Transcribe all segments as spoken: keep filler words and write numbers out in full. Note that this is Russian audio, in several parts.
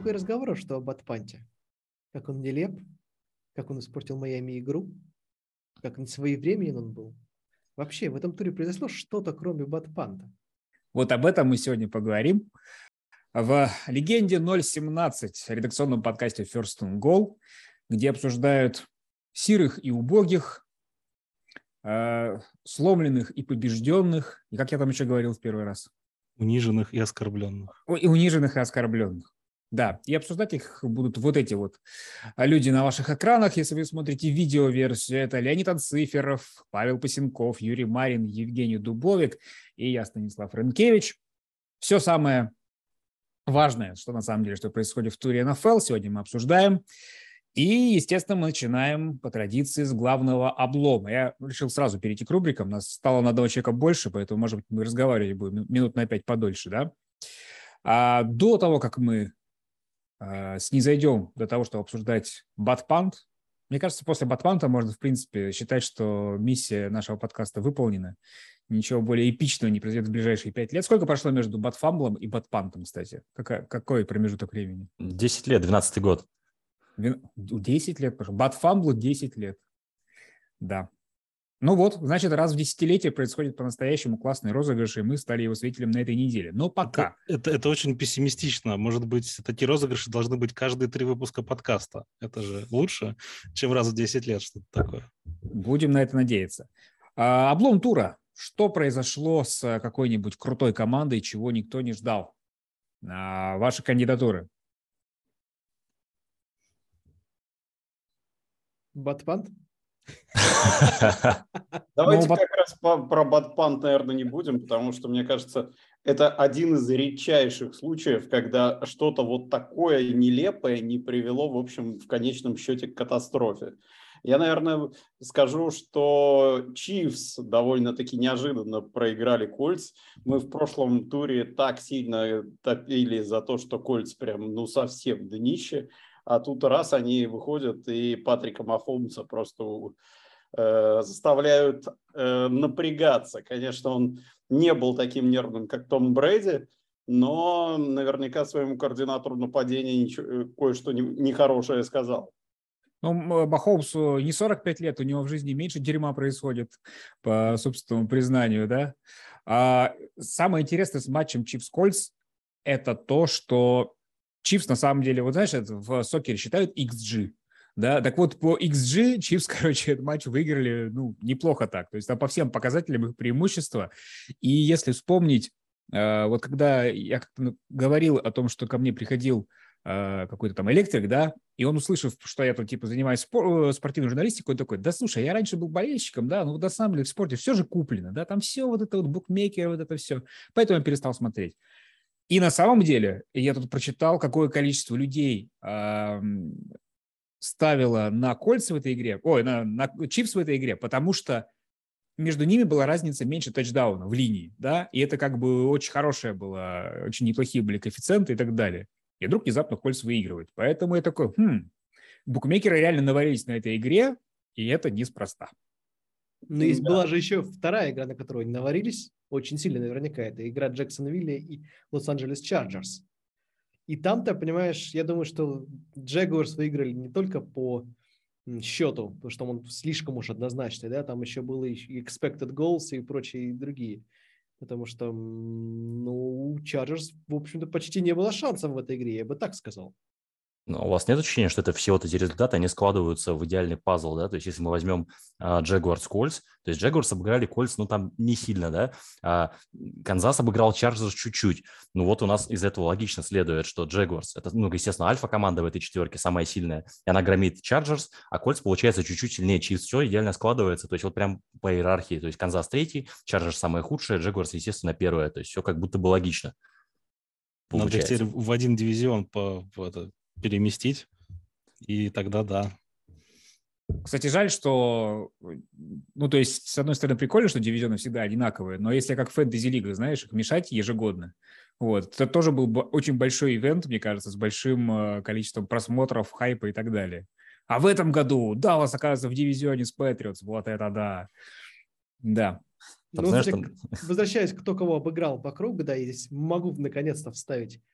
только и разговоров, что о Батпанте. Как он нелеп, как он испортил Майами игру, как несвоевременен он был. Вообще, в этом туре произошло что-то, кроме Батпанта. Вот об этом мы сегодня поговорим. В «Легенде ноль семнадцать», редакционном подкасте First and Goal, где обсуждают сирых и убогих, э, сломленных и побежденных, и как я там еще говорил в первый раз? Униженных и оскорбленных. О, и униженных и оскорбленных. Да, и обсуждать их будут вот эти вот люди на ваших экранах, если вы смотрите видеоверсию. Это Леонид Анциферов, Павел Пасенков, Юрий Марин, Евгений Дубовик и я, Станислав Рынкевич. Все самое важное, что на самом деле, что происходит в туре эн эф эл, сегодня мы обсуждаем. И, естественно, мы начинаем по традиции с главного облома. Я решил сразу перейти к рубрикам. Нас стало на одного человека больше, поэтому, может быть, мы разговаривать будем минут на пять подольше, да? А до того, как мы а, снизойдем до того, чтобы обсуждать Батпант, мне кажется, после Батпанта можно, в принципе, считать, что миссия нашего подкаста выполнена. Ничего более эпичного не произойдет в ближайшие пять лет. Сколько прошло между Батфамблом и Батпантом, кстати? Какой, какой промежуток времени? десять лет, двенадцатый год. десять лет прошло. Батфамблу десять лет. Да. Ну вот, значит, раз в десятилетие происходит по-настоящему классный розыгрыш, и мы стали его свидетелем на этой неделе. Но пока... Это, это, это очень пессимистично. Может быть, такие розыгрыши должны быть каждые три выпуска подкаста. Это же лучше, чем раз в десять лет что-то такое. Будем на это надеяться. А, облом тура. Что произошло с какой-нибудь крутой командой, чего никто не ждал? А, ваши кандидатуры. Батпант? Давайте Ну, как раз по- про Батпант, наверное, не будем, потому что, мне кажется, это один из редчайших случаев, когда что-то вот такое нелепое не привело, в общем, в конечном счете к катастрофе. Я, наверное, скажу, что Чифс довольно-таки неожиданно проиграли Кольц. Мы в прошлом туре так сильно топили за то, что Кольц прям, ну, совсем днище. А тут раз они выходят и Патрика Махомса просто э, заставляют э, напрягаться. Конечно, он не был таким нервным, как Том Брэди, но наверняка своему координатору нападения ничего, кое-что нехорошее не сказал. Ну, Махомсу не сорок пять лет, у него в жизни меньше дерьма происходит, по собственному признанию, да. А самое интересное с матчем Чифс-Кольц – это то, что Чифс на самом деле, вот знаешь, это в сокере считают икс джи, да, так вот по икс джи Чифс, короче, этот матч выиграли, ну, неплохо так, то есть там по всем показателям их преимущество, и если вспомнить, вот когда я как-то говорил о том, что ко мне приходил какой-то там электрик, да, и он, услышав, что я тут, типа, занимаюсь спор- спортивной журналистикой, он такой: да, слушай, я раньше был болельщиком, да, ну, вот на самом деле в спорте все же куплено, да, там все вот это вот букмекеры, вот это все, поэтому я перестал смотреть. И на самом деле я тут прочитал, какое количество людей э, ставило на Кольц в этой игре, ой, на, на Чифс в этой игре, потому что между ними была разница меньше тачдауна в линии, да, и это как бы очень хорошая была, очень неплохие были коэффициенты и так далее. И вдруг внезапно Кольц выигрывает. Поэтому я такой, хм, букмекеры реально наварились на этой игре, и это неспроста. Но есть да. была же еще вторая игра, на которую они наварились, очень сильно наверняка, это игра Джексонвилля и Лос-Анджелес Чарджерс. И там-то, понимаешь, я думаю, что Джегуарс выиграли не только по счету, потому что он слишком уж однозначный, да, там еще было и expected goals и прочие другие. Потому что, ну, у Chargers, в общем-то, почти не было шансов в этой игре, я бы так сказал. Но у вас нет ощущения, что это все вот эти результаты, они складываются в идеальный пазл, да? То есть если мы возьмем Джегуарс Кольц, то есть Джегуарс обыграли Кольц, ну, там не сильно, да? А Канзас обыграл Чарджерс чуть-чуть. Ну, вот у нас из этого логично следует, что Джегуарс, это, ну, естественно, альфа-команда в этой четверке, самая сильная, и она громит Чарджерс, а Кольц, получается, чуть-чуть сильнее Чифс. Все идеально складывается, то есть вот прям по иерархии, то есть Канзас третий, Чарджерс самая худшая, Джегуарс, естественно, первая, то есть все как будто бы логично получается. Надо теперь в один дивизион по, по это, переместить, и тогда да. Кстати, жаль, что, ну, то есть, с одной стороны, прикольно, что дивизионы всегда одинаковые, но если как фэнтези-лига, знаешь, их мешать ежегодно, вот, это тоже был очень большой ивент, мне кажется, с большим количеством просмотров, хайпа и так далее. А в этом году Даллас оказывается в дивизионе с Патриотс, вот это да. Да. Ну, знаешь, кстати, там... возвращаясь к кто кого обыграл по кругу, да, я здесь могу наконец-то вставить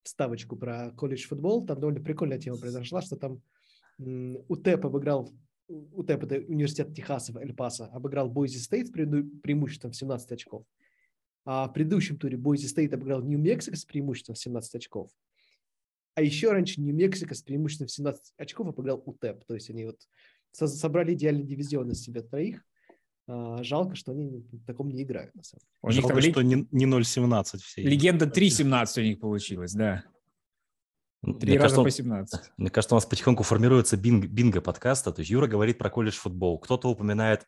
вставочку про колледж футбол. Там довольно прикольная тема произошла, что там УТЭП обыграл, УТЭП – это университет Техаса в Эль-Пасо, обыграл Бойзи Стейт с преимуществом в семнадцать очков. А в предыдущем туре Бойзи Стейт обыграл Нью-Мексико с преимуществом в семнадцать очков. А еще раньше Нью-Мексико с преимуществом в семнадцать очков обыграл УТЭП. То есть они вот собрали идеальный дивизион из себя троих. Жалко, что они в таком не играют, на самом деле. У Жалко, них что ли... не ноль семнадцать все. Легенда три семнадцать у них получилась, да. Три мне раза кажется, по семнадцать. Мне кажется, у нас потихоньку формируется бинго, бинго подкаста. То есть Юра говорит про колледж-футбол, кто-то упоминает...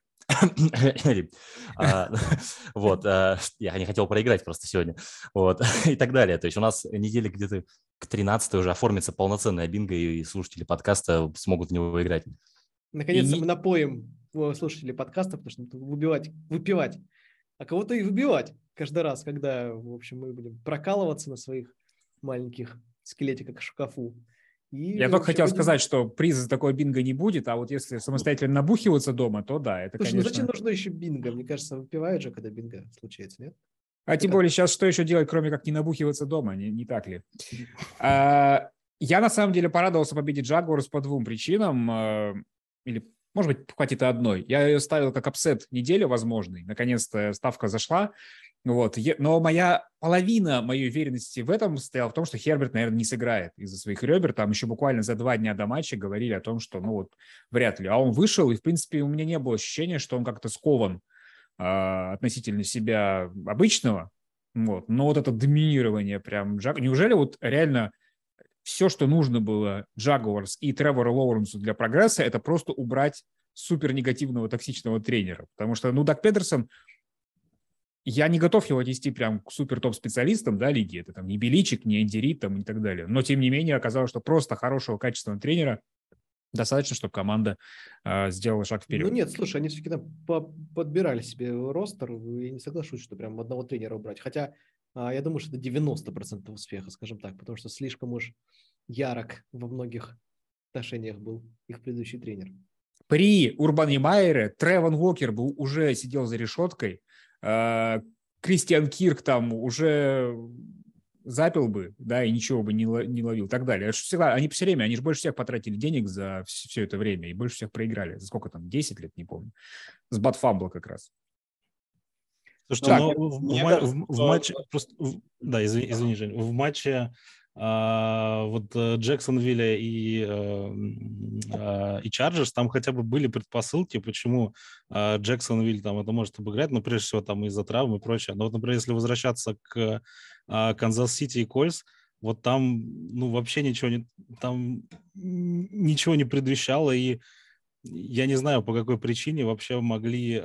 Вот, я не хотел проиграть просто сегодня. Вот, и так далее. То есть у нас недели где-то к тринадцатой уже оформится полноценная бинго, и слушатели подкаста смогут в него играть. Наконец-то мы напоим слушателей подкаста, потому что выбивать, выпивать, а кого-то и выбивать каждый раз, когда, в общем, мы будем прокалываться на своих маленьких скелетиках в шкафу. И, Я только хотел будем... сказать, что приза за такое бинго не будет, а вот если самостоятельно набухиваться дома, то да, это, Слушай, конечно... ну зачем нужно еще бинго? Мне кажется, выпивают же, когда бинго случается, нет? А ну, тем более сейчас что еще делать, кроме как не набухиваться дома, не, не так ли? А, я на самом деле порадовался победе Джагуарс по двум причинам, а, или, может быть, хватит и одной. Я ее ставил как апсет недели возможный, наконец-то ставка зашла. Вот. Но моя половина моей уверенности в этом стояла в том, что Херберт, наверное, не сыграет из-за своих ребер. Там еще буквально за два дня до матча говорили о том, что, ну вот, вряд ли. А он вышел, и, в принципе, у меня не было ощущения, что он как-то скован э, относительно себя обычного. Вот. Но вот это доминирование прям... Неужели вот реально все, что нужно было Джагуарс и Тревору Лоуренсу для прогресса, это просто убрать супер негативного токсичного тренера? Потому что, ну, Даг Петерсон... Я не готов его отнести прям к супер-топ-специалистам, да, лиги. Это там не Беличик, не Энди Рид там и так далее. Но, тем не менее, оказалось, что просто хорошего, качественного тренера достаточно, чтобы команда э, сделала шаг вперед. Ну нет, слушай, они все-таки там подбирали себе ростер. Я не соглашусь, что прям одного тренера убрать. Хотя э, я думаю, что это девяносто процентов успеха, скажем так, потому что слишком уж ярок во многих отношениях был их предыдущий тренер. При Урбане Майере Тревон Уокер был, уже сидел за решеткой. Кристиан Кирк там уже запил бы, да, и ничего бы не ловил и так далее. Всегда, они все время, они же больше всех потратили денег за все это время и больше всех проиграли. За сколько там, десять лет, не помню. С Батфамбла как раз. Слушайте, так, ну, в, в, кажется, в, в матче, просто, в, да, извини, извини, Жень, в матче а, вот Джексонвилля и, а, и Чарджерс, там хотя бы были предпосылки, почему а, Джексонвилл там это может обыграть, но прежде всего там из-за травм и прочее. Но вот, например, если возвращаться к а, Канзас-Сити и Кольц, вот там, ну, вообще ничего не, там ничего не предвещало, и я не знаю, по какой причине вообще могли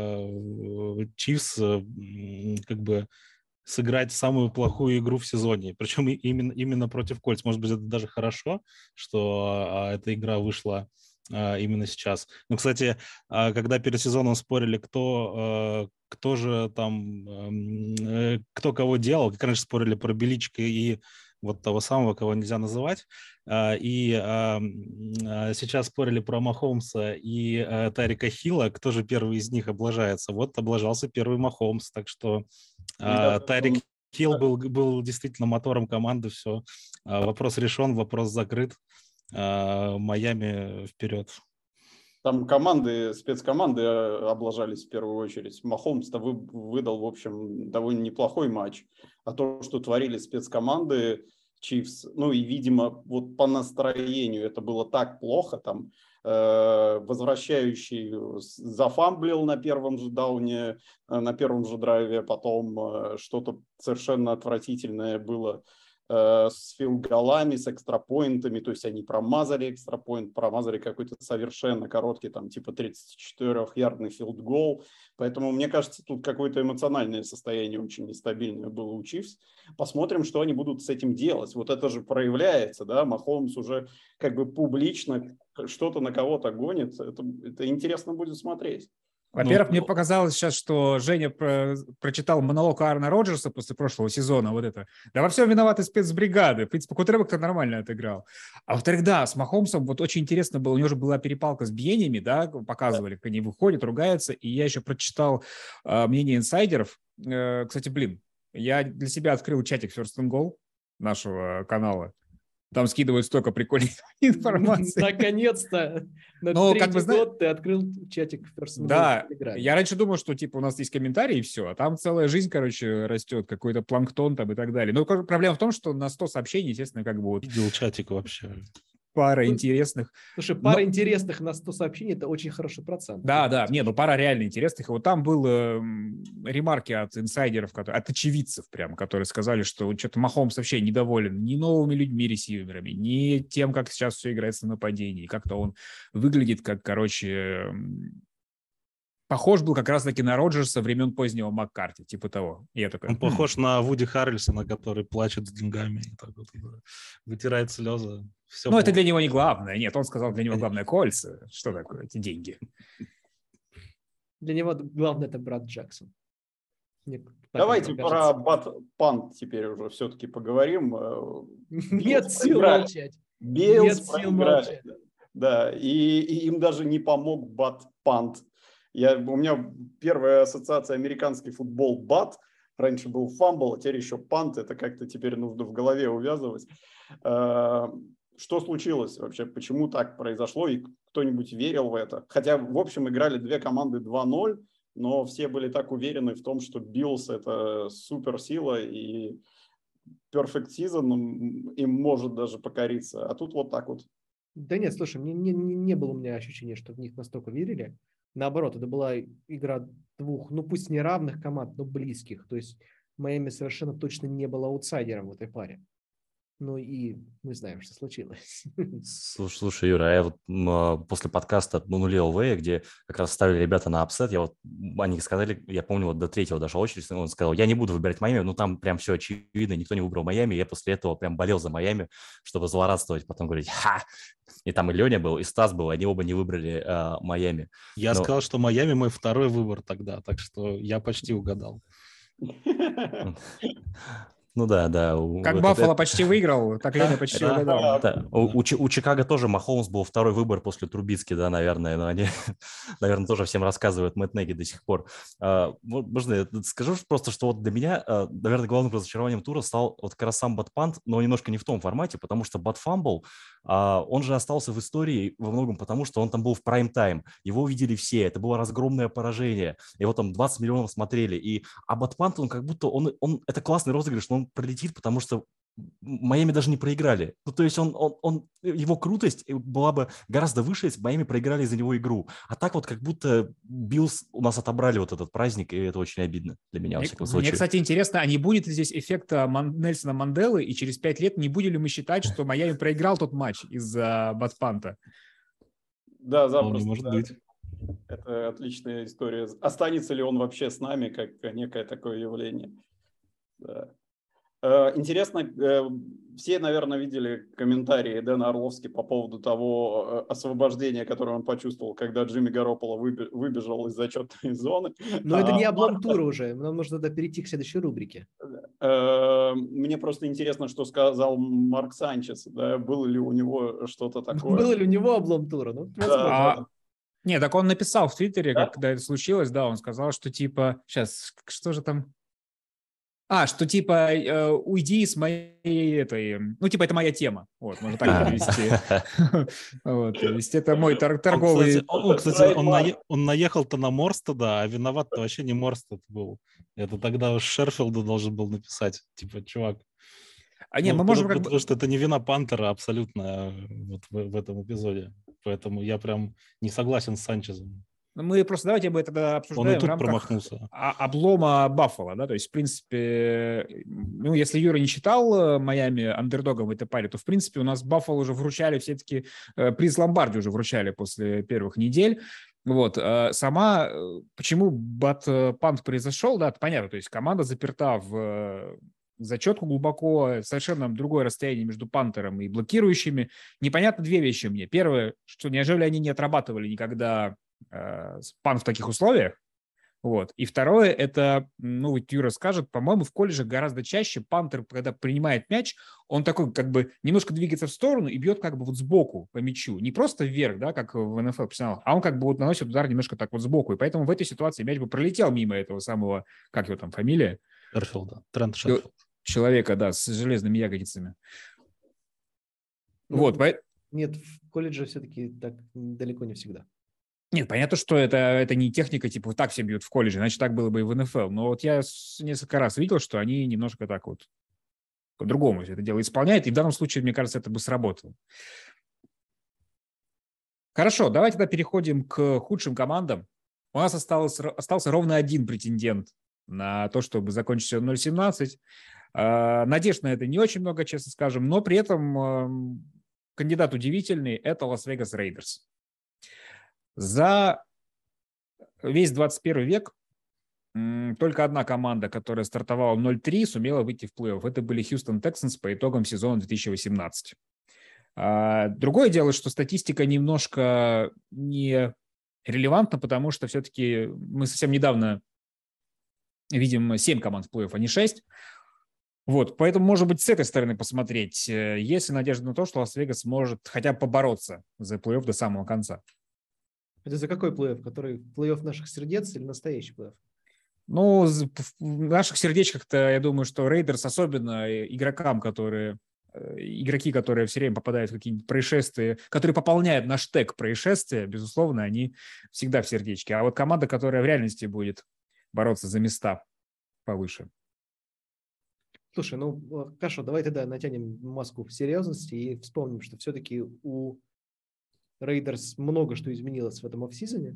Чифс э, э, как бы сыграть самую плохую игру в сезоне. Причем именно, именно против Кольц. Может быть, это даже хорошо, что э, эта игра вышла э, именно сейчас. Но, кстати, э, когда перед сезоном спорили, кто, э, кто же там, э, кто кого делал, как раньше спорили про Беличка и вот того самого, кого нельзя называть. И сейчас спорили про Махомса и Тарика Хилла, кто же первый из них облажается. Вот облажался первый Махомс, так что да, Тарик он... Хилл был, был действительно мотором команды, все. Вопрос решен, вопрос закрыт. Майами вперед. Там команды, спецкоманды облажались в первую очередь. Махомс-то вы, выдал, в общем, довольно неплохой матч. А то, что творили спецкоманды Чифс, ну и, видимо, вот по настроению это было так плохо. Там э, возвращающий зафамблил на первом же дауне, на первом же драйве. Потом э, что-то совершенно отвратительное было с филголами, с экстрапоинтами, то есть они промазали экстрапоинт, промазали какой-то совершенно короткий, там, типа тридцатичетырёхярдный филдгол, поэтому, мне кажется, тут какое-то эмоциональное состояние очень нестабильное было у Чифс. Посмотрим, что они будут с этим делать. Вот это же проявляется, да, Махомс уже как бы публично что-то на кого-то гонит, это, это интересно будет смотреть. Во-первых, ну, мне показалось сейчас, что Женя про- прочитал монолог Аарона Роджерса после прошлого сезона, вот это. Да во всем виноваты спецбригады. В принципе, Кутербек-то нормально отыграл. А во-вторых, да, с Махомсом вот очень интересно было, у него же была перепалка с Бьениями, да, показывали, как они выходят, ругаются, и я еще прочитал э, мнение инсайдеров. Э, кстати, блин, я для себя открыл чатик First and Goal, нашего канала. Там скидывают столько прикольной информации. Наконец-то! На Ну, третий как бы, год ты открыл чатик в First Да, Telegram. я раньше думал, что типа у нас есть комментарии и все, а там целая жизнь, короче, растет, какой-то планктон там и так далее. Но проблема в том, что на сто сообщений, естественно, как бы вот Видел чатик вообще. пара Ну, интересных. Слушай, пара Но- интересных на сто сообщений – это очень хороший процент. Да, да, не, ну пара реально интересных. И вот там было м, ремарки от инсайдеров, которые, от очевидцев прям, которые сказали, что вот что-то Махомс вообще недоволен ни новыми людьми, ресиверами, ни тем, как сейчас все играется на нападении. Как-то он выглядит как, короче, м, похож был как раз-таки на Роджерса времен позднего Маккарти, типа того. И я такой, Он «Хм, похож на Вуди Харрельсона, который плачет с деньгами и так вот да, вытирает слезы. Все ну, это для него не главное. Нет, он сказал, для него главное кольца. Что такое эти деньги? Для него главное – это брат Джексон. Мне так Давайте мне про кажется. бат-пант теперь уже все-таки поговорим. Э, Нет Биллс сил проиграли. молчать. Биллс Нет сил проиграли. молчать. Да, и, и им даже не помог бат-пант. Я, у меня первая ассоциация американский футбол бат. Раньше был фамбл, а теперь еще пант. Это как-то теперь нужно в голове увязывать. Э, Что случилось вообще? Почему так произошло? И кто-нибудь верил в это? Хотя, в общем, играли две команды два ноль, но все были так уверены в том, что Биллс – это суперсила, и Perfect Season им может даже покориться. А тут вот так вот. Да нет, слушай, мне не, не, не было у меня ощущения, что в них настолько верили. Наоборот, это была игра двух, ну пусть не равных команд, но близких. То есть Майами совершенно точно не был аутсайдером в этой паре. Ну и мы знаем, что случилось. Слушай, слушай, Юра, а я вот м, а, после подкаста «Ну нули ОВ», где как раз ставили ребята на апсет, я вот, они сказали, я помню, вот до третьего дошла очередь, он сказал, я не буду выбирать Майами, ну там прям все очевидно, никто не выбрал Майами, я после этого прям болел за Майами, чтобы злорадствовать, потом говорить «ха!» И там и Леня был, и Стас был, они оба не выбрали а, Майами. Я Но- сказал, что Майами мой второй выбор тогда, так что я почти угадал. Ну да, да. у- Как это- Баффало это- почти выиграл, так Леня почти Да. угадал. Да, у, у Чи- у Чикаго тоже Махоумс был второй выбор после Трубицки, да, наверное, но они, наверное, тоже всем рассказывают Мэтт Неги до сих пор. А, вот, можно я скажу просто, что вот для меня, а, наверное, главным разочарованием тура стал вот как раз сам бат-пант, но немножко не в том формате, потому что бат-фамбл, а, он же остался в истории во многом потому, что он там был в прайм-тайм, его увидели все, это было разгромное поражение, его там двадцать миллионов смотрели, и, а бат-пант, он как будто, он, он, это классный розыгрыш, но он пролетит, потому что Майами даже не проиграли. Ну, то есть он, он, он, его крутость была бы гораздо выше, если бы Майами проиграли за него игру. А так вот как будто Биллс у нас отобрали вот этот праздник, и это очень обидно для меня, во Мне, всяком мне, случае. кстати, интересно, а не будет ли здесь эффекта Ман- Нельсона Манделы, и через пять лет не будем ли мы считать, что Майами проиграл тот матч из-за батпанта? Да, Он не запросто. может да. быть. Это отличная история. Останется ли он вообще с нами, как некое такое явление? Да. Э, Интересно, э, все, наверное, видели комментарии Дэна Орловски по поводу того э, освобождения, которое он почувствовал, когда Джимми Гарополо выбе- выбежал из зачетной зоны. Но это не А, облом тура уже. Нам нужно тогда перейти к следующей рубрике. э, Мне просто интересно, что сказал Марк Санчес. Да, было ли у него что-то такое? Был ли у него облом тура? Ну, Да, возможно. А, да. нет, так он написал в Твиттере, Да? как, когда это случилось, да, он сказал, что типа, сейчас, что же там? А, что типа э, уйди с моей этой, ну типа это моя тема, вот, можно так А. перевести. Вот, то есть это мой тор- Он, торговый... кстати, он, он, кстати, он, нае- он наехал-то на Морстеда, а виноват-то вообще не Морстед был. Это тогда уж Шерфилду должен был написать, типа, чувак. А не, ну, мы можем потому, как бы... потому что это не вина Пантера абсолютно вот в, в этом эпизоде. Поэтому я прям не согласен с Санчезом. Мы просто давайте мы тогда Он и обсуждаем в тут рамках промахнулся. а- облома Баффало, да, то есть, в принципе, ну, если Юра не считал Майами андердогом в этой паре, то, в принципе, у нас Баффало уже вручали все-таки, э, приз Ломбарди уже вручали после первых недель. Вот, э, сама, э, почему бат-пант произошел, да, это понятно, то есть команда заперта в э, зачетку глубоко, совершенно другое расстояние между пантером и блокирующими. Непонятно две вещи мне. Первое, что неужели они не отрабатывали никогда пан в таких условиях. Вот. И второе, это, ну, вот Юра скажет, по-моему, в колледже гораздо чаще пантер, когда принимает мяч, он такой как бы немножко двигается в сторону и бьет как бы вот сбоку по мячу. Не просто вверх, да, как в эн эф эл профессионалах, а он как бы вот наносит удар немножко так вот сбоку. И поэтому в этой ситуации мяч бы пролетел мимо этого самого, как его там, фамилия? Шерфилда. Трент Шерфилд. человека, да, с железными ягодицами. Ну, вот. Нет, в колледже все-таки так далеко не всегда. Нет, понятно, что это, это не техника, типа, вот так все бьют в колледже, иначе так было бы и в эн эф эл. Но вот я несколько раз видел, что они немножко так вот по-другому все это дело исполняют, и в данном случае, мне кажется, это бы сработало. Хорошо, давайте тогда переходим к худшим командам. У нас осталось, остался ровно один претендент на то, чтобы закончить все ноль семнадцать. Надежд на это не очень много, честно скажем, но при этом кандидат удивительный – это Лас-Вегас Рейдерс. За весь двадцать первый век только одна команда, которая стартовала ноль три, сумела выйти в плей-офф. Это были Хьюстон Texans по итогам сезона две тысячи восемнадцать. Другое дело, что статистика немножко не релевантна, потому что все-таки мы совсем недавно видим семь команд в плей-офф, а не шесть. Вот, поэтому, может быть, с этой стороны посмотреть, есть ли надежда на то, что Лас-Вегас может хотя бы побороться за плей-офф до самого конца. Это за какой плей-офф? Который плей-офф наших сердец или настоящий плей-офф? Ну, в наших сердечках-то, я думаю, что Рейдерс, особенно игрокам, которые, игроки, которые все время попадают в какие-нибудь происшествия, которые пополняют наш тег происшествия, безусловно, они всегда в сердечке. А вот команда, которая в реальности будет бороться за места повыше. Слушай, ну, хорошо, давай тогда натянем маску серьезности и вспомним, что все-таки у Рейдерс много что изменилось в этом оффсизоне.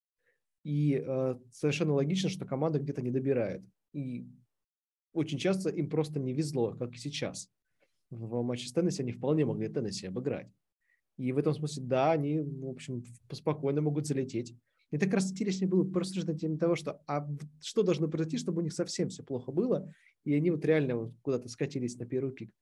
И э, совершенно логично, что команда где-то не добирает. И очень часто им просто не везло, как и сейчас. В матче с Теннесси они вполне могли Теннесси обыграть. И в этом смысле, да, они, в общем, спокойно могут залететь. Мне так раз интереснее было порассуждать на тему того, что а что должно произойти, чтобы у них совсем все плохо было, и они вот реально вот куда-то скатились на первый пик.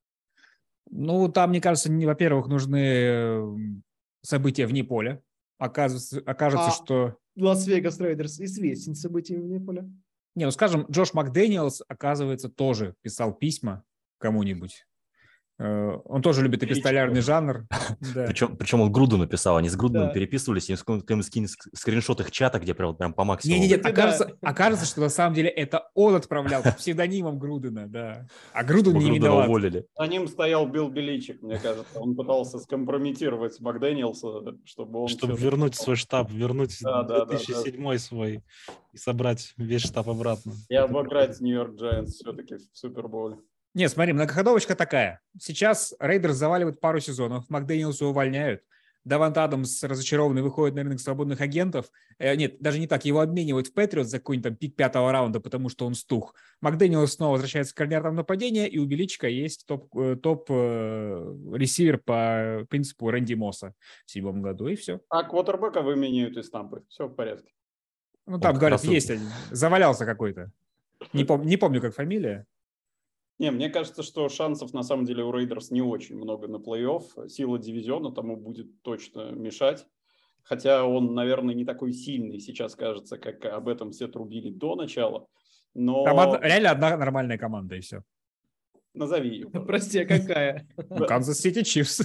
Ну, там, мне кажется, не, во-первых, нужны события вне поля. Оказывается, окажется, а что... Лас-Вегас Рейдерс известен событиями вне поля. Не, ну, скажем, Джош Макдэниелс, оказывается, тоже писал письма кому-нибудь. Он тоже любит эпистолярный жанр. Да. Причем, причем он Груду написал, они с Грудом да. переписывались, и им скинул скриншот их чата, где прям, прям по максимуму. Нет, нет, нет, окажется, окажется, что на самом деле это он отправлял под псевдонимом Грудена, да. А Груден не виноват. Уволили. За ним стоял Билл Беличек, мне кажется. Он пытался скомпрометировать Макдэниелса, чтобы он... Чтобы вернуть свой штаб, вернуть да, две тысячи седьмой да, да. свой и собрать весь штаб обратно. И обыграть Нью-Йорк Джайантс все-таки в Супербоуле. Не, смотри, многоходовочка такая. Сейчас Рейдерс заваливают пару сезонов, Макдэниелса увольняют, Давант Адамс разочарованный выходит на рынок свободных агентов. Э, нет, даже не так, его обменивают в Патриотс за какой-нибудь там пик пятого раунда, потому что он стух. Макдэниелс снова возвращается к координаторам нападения, и у Беличика есть топ, топ э, ресивер по принципу Рэнди Мосса в седьмом году, и все. А квотербека выменяют из Тампы, все в порядке. Ну там, он говорят, есть один, завалялся какой-то. Не, пом- не помню, как фамилия. Не, мне кажется, что шансов на самом деле у Рейдерс не очень много на плей-офф. Сила дивизиона тому будет точно мешать. Хотя он, наверное, не такой сильный сейчас кажется, как об этом все трубили до начала. Но... Там реально одна нормальная команда, и все. Назови ее. Прости, а какая? Канзас Сити Чифс.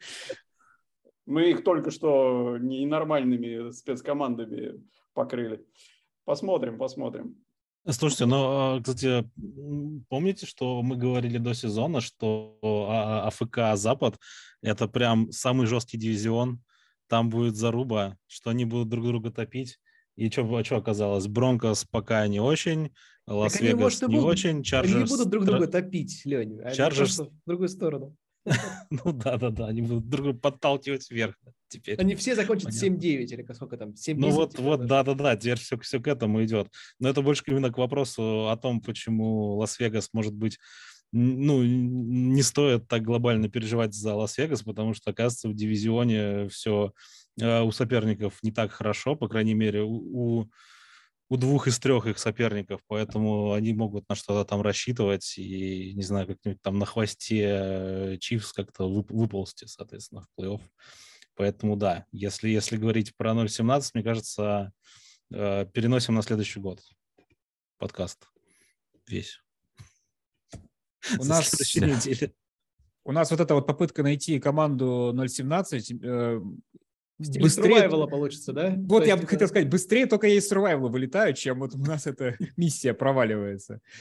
Мы их только что ненормальными спецкомандами покрыли. Посмотрим, посмотрим. Слушайте, ну, кстати, помните, что мы говорили до сезона, что АФК Запад – это прям самый жесткий дивизион, там будет заруба, что они будут друг друга топить. И что, что оказалось? Бронкос пока не очень, Лас-Вегас не будут, очень, Чарджерс... Они не будут друг друга топить, Леня, а Чарджерс... просто в другую сторону. Ну да-да-да, они будут друг друга подталкивать вверх теперь. Они все закончат семь девять или сколько там, семь десять. Ну вот, вот да-да-да, теперь все, все к этому идет. Но это больше именно к вопросу о том, почему Лас-Вегас, может быть, ну, не стоит так глобально переживать за Лас-Вегас, потому что, оказывается, в дивизионе все э, у соперников не так хорошо, по крайней мере, у, у двух из трех их соперников, поэтому они могут на что-то там рассчитывать и, не знаю, как-нибудь там на хвосте Чифс как-то вып- выползти, соответственно, в плей-офф. Поэтому да, если, если говорить про ноль семнадцать, мне кажется, э, переносим на следующий год подкаст весь. У нас, у нас вот эта вот попытка найти команду ноль семнадцать... Э, быстрее сурвайвала получится, да? Вот я бы хотел сказать, быстрее только есть сурвайвалы вылетают, чем вот у нас эта миссия проваливается.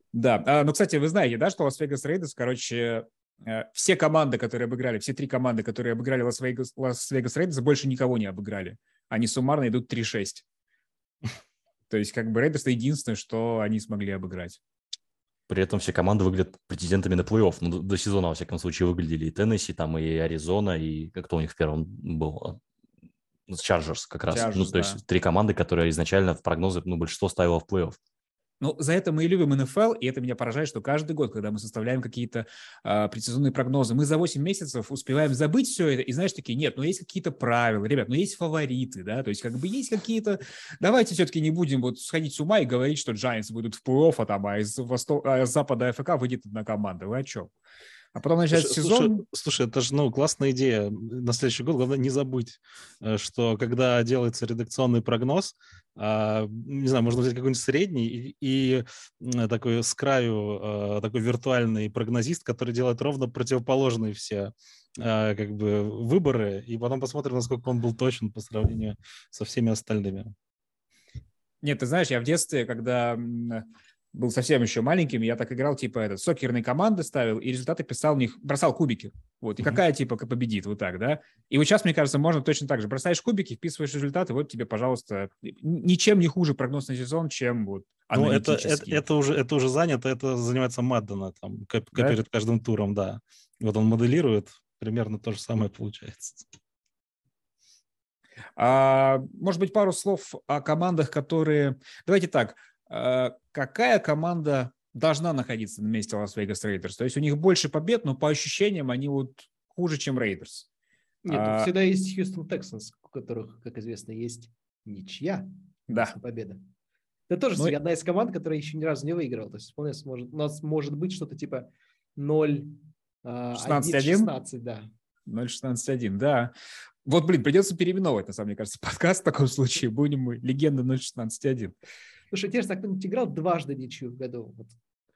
Да, а, ну, кстати, вы знаете, да, что Лас-Вегас Рейдерс, короче, э, все команды, которые обыграли, все три команды, которые обыграли Лас-Вегас, Лас-Вегас Рейдерс, больше никого не обыграли. Они суммарно идут три шесть. То есть, как бы, Рейдерс — это единственное, что они смогли обыграть. При этом все команды выглядят претендентами на плей-офф. Ну, до, до сезона, во всяком случае, выглядели и Теннесси, там, и Аризона, и кто у них в первом был? Чарджерс как раз. Chargers, ну, то да. есть три команды, которые изначально в прогнозы, ну, большинство ставило в плей-офф. Ну, за это мы и любим эн эф эл, и это меня поражает, что каждый год, когда мы составляем какие-то а, предсезонные прогнозы, мы за восемь месяцев успеваем забыть все это, и знаешь, такие, нет, ну есть какие-то правила, ребят, ну есть фавориты, да, то есть как бы есть какие-то, давайте все-таки не будем вот сходить с ума и говорить, что Giants выйдут в плей-офф, а там, а из, восто... а из запада эй эф ка выйдет одна команда, вы о чем? А потом начинается слушай, сезон... Слушай, слушай, это же, ну, классная идея на следующий год. Главное, не забудь, что когда делается редакционный прогноз, не знаю, можно взять какой-нибудь средний и, и такой с краю такой виртуальный прогнозист, который делает ровно противоположные все как бы выборы, и потом посмотрим, насколько он был точен по сравнению со всеми остальными. Нет, ты знаешь, я в детстве, когда был совсем еще маленьким, я так играл, типа, этот, сокерные команды ставил, и результаты писал в них, бросал кубики. Вот, и какая, типа, победит, вот так, да? И вот сейчас, мне кажется, можно точно так же. Бросаешь кубики, вписываешь результаты, вот тебе, пожалуйста, ничем не хуже прогноз на сезон, чем вот ну, это, это, аналитический. это, уже, это уже занято, это занимается Маддена, там, как, Да? перед каждым туром, да. Вот он моделирует, примерно то же самое получается. А, может быть, пару слов о командах, которые... Давайте так, какая команда должна находиться на месте Лас-Вегас Рейдерс? То есть у них больше побед, но по ощущениям они вот хуже, чем Рейдерс. Нет, а... всегда есть Хьюстон Тексанс, у которых, как известно, есть ничья, да. победа. Это тоже ну... одна из команд, которая еще ни разу не выиграла. То есть вполне может, у нас может быть что-то типа ноль шестнадцать, да. ноль шестнадцать один, да. Вот, блин, придется переименовывать, на самом деле, кажется, подкаст в таком случае. Будем мы легенда ноль шестнадцать один. Слушай, интересно, а кто-нибудь играл дважды ничью в году? Вот.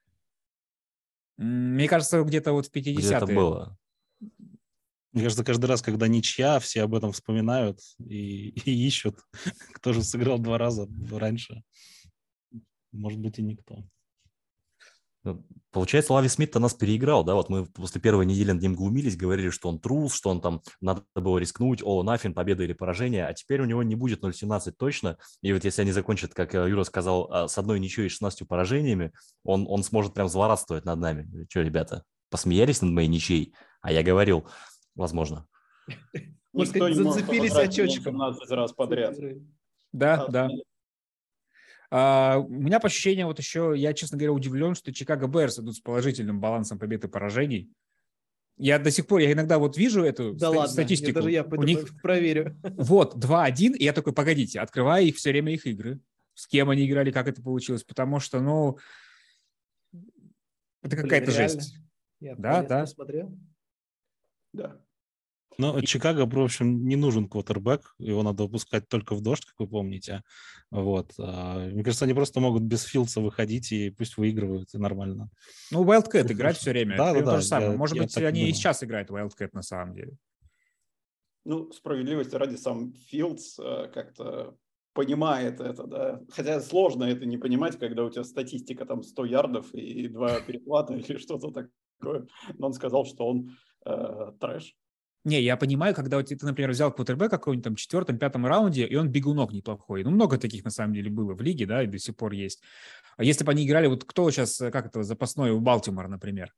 Мне кажется, где-то вот в пятидесятые. Где-то было. Мне кажется, каждый раз, когда ничья, все об этом вспоминают и, и ищут, кто же сыграл два раза раньше. Может быть, и никто. Получается, Лави Смит-то нас переиграл, да? Вот мы после первой недели над ним глумились, говорили, что он трус, что он там надо было рискнуть, о, нафиг, победа или поражение, а теперь у него не будет ноль семнадцать точно. И вот если они закончат, как Юра сказал, с одной ничьей и шестнадцатью поражениями, он, он сможет прям злорадствовать над нами. Что, ребята, посмеялись над моей ничьей? А я говорил, возможно. Никто не может зацепились очечком. семнадцать раз подряд. Да, да. Uh, у меня по ощущениям, вот еще, я, честно говоря, удивлен, что Чикаго Берс идут с положительным балансом побед и поражений. Я до сих пор, я иногда вот вижу эту да ст- ладно, статистику. Я даже я у них проверю. Вот, два один, и я такой, погодите, открываю их все время их игры. С кем они играли, как это получилось, потому что, ну, это какая-то Блин, жесть. Я да, да. посмотрел. Да. Ну, Чикаго, в общем, не нужен квотербэк, его надо выпускать только в дождь, как вы помните. Вот. Мне кажется, они просто могут без Филдса выходить и пусть выигрывают, и нормально. Ну, Wildcat играть все время, да, это да, то да, же самое. я, Может я быть, они думаю. и сейчас играют Wildcat на самом деле. Ну, справедливости ради, сам Филдс как-то понимает это, да. Хотя сложно это не понимать, когда у тебя статистика там сто ярдов и два перехвата или что-то такое. Но он сказал, что он э, трэш. Не, я понимаю, когда ты, например, взял квотербека какой-нибудь там четвертом, пятом раунде, и он бегунок неплохой. Ну, много таких, на самом деле, было в лиге, да, и до сих пор есть. А если бы они играли, вот кто сейчас, как это, запасной у Балтимора, например?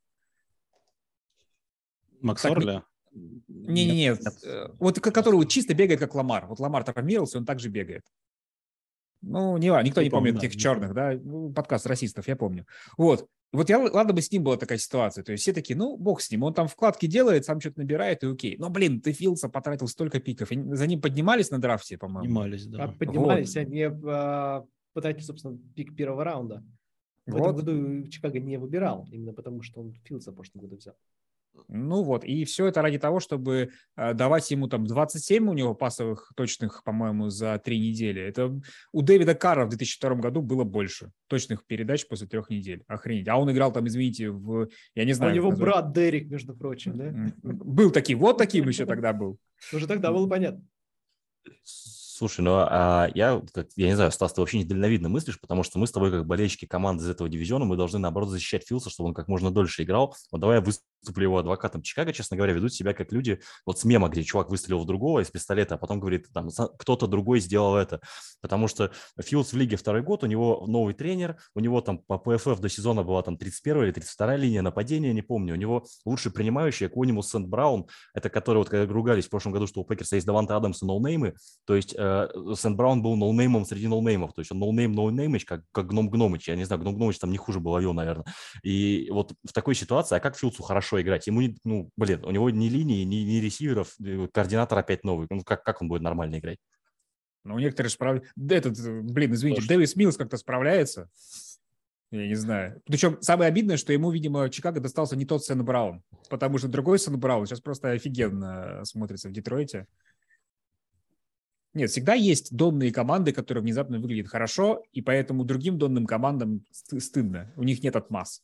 Макс Орли? Не-не-не, вот который вот чисто бегает, как Ламар. Вот Ламар травмировался, он также бегает. Ну, не, никто не, не помнит этих да, черных, да, ну, подкаст расистов, я помню. Вот. Вот я, ладно бы с ним была такая ситуация, то есть все такие, ну, бог с ним, он там вкладки делает, сам что-то набирает, и окей. Но, блин, ты Филдса потратил столько пиков, и за ним поднимались на драфте, по-моему? Поднимались, да. А, поднимались, вот. Они а, потратили, собственно, пик первого раунда. В вот. этом году Чикаго не выбирал, именно потому что он Филдса в прошлом году взял. Ну вот, и все это ради того, чтобы э, давать ему там двадцать семь у него пасовых точных, по-моему, за три недели. Это у Дэвида Карра в две тысячи втором году было больше точных передач после трех недель. Охренеть. А он играл там, извините, в, я не знаю. А у него брат Дерек, между прочим, да? Был таким, вот таким еще тогда был. Уже тогда было понятно. Слушай, ну а я, как, я не знаю, Стас, ты вообще недальновидно мыслишь, потому что мы с тобой, как болельщики команды из этого дивизиона, мы должны, наоборот, защищать Филса, чтобы он как можно дольше играл. Вот давай я выступлю его адвокатом. Чикаго, честно говоря, ведут себя как люди, вот с мема, где чувак выстрелил в другого из пистолета, а потом говорит, там, кто-то другой сделал это. Потому что Филдс в лиге второй год, у него новый тренер, у него там по пэ эф эф до сезона была там тридцать первая или тридцать вторая линия нападения, не помню. У него лучший принимающий, Эквонимус Сент-Браун, это который, вот когда ругались в прошлом году, что у Пекерса есть Даванте Адамс и ноунеймы, то есть э, Сент-Браун был ноунеймом среди ноунеймов, то есть он ноунейм, ноунеймыч, как, как Гном Гномыч, я не знаю, Гном Гномыч там не хуже бы ловил, наверное. И вот в такой ситуации, а как Филдсу хорошо играть? Ему, ну, блин, у него ни линии, ни, ни ресиверов, координатор опять новый, ну, как, как он будет нормально играть? Ну, некоторые справляются. Этот, блин, извините, Слушай. Дэвис Миллс как-то справляется. Я не знаю. Причем самое обидное, что ему, видимо, Чикаго достался не тот Сент-Браун, потому что другой Сент-Браун сейчас просто офигенно смотрится в Детройте. Нет, всегда есть донные команды, которые внезапно выглядят хорошо, и поэтому другим донным командам стыдно. У них нет отмаз.